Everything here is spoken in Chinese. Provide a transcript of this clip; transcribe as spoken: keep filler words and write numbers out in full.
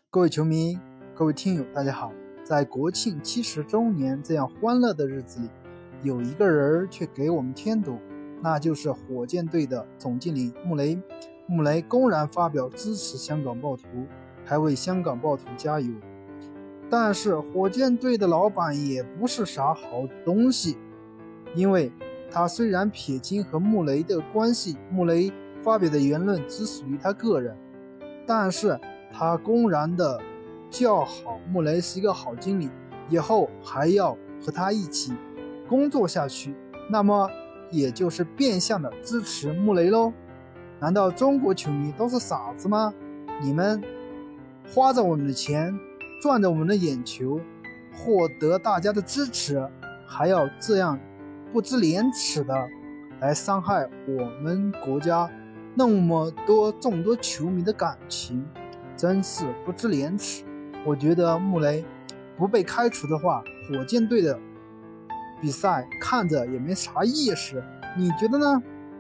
各位球迷，各位听友，大家好！在国庆七十周年这样欢乐的日子里，有一个人却给我们添堵，那就是火箭队的总经理穆雷。穆雷公然发表支持香港暴徒，还为香港暴徒加油。但是火箭队的老板也不是啥好东西，因为他虽然撇清和穆雷的关系，穆雷发表的言论只属于他个人，但是他公然的叫好穆雷是一个好经理，以后还要和他一起工作下去，那么也就是变相的支持穆雷喽。难道中国球迷都是傻子吗？你们花着我们的钱，赚着我们的眼球，获得大家的支持，还要这样不知廉耻的来伤害我们国家那么多众多球迷的感情，真是不知廉耻。我觉得穆雷不被开除的话，火箭队的比赛看着也没啥意思，你觉得呢？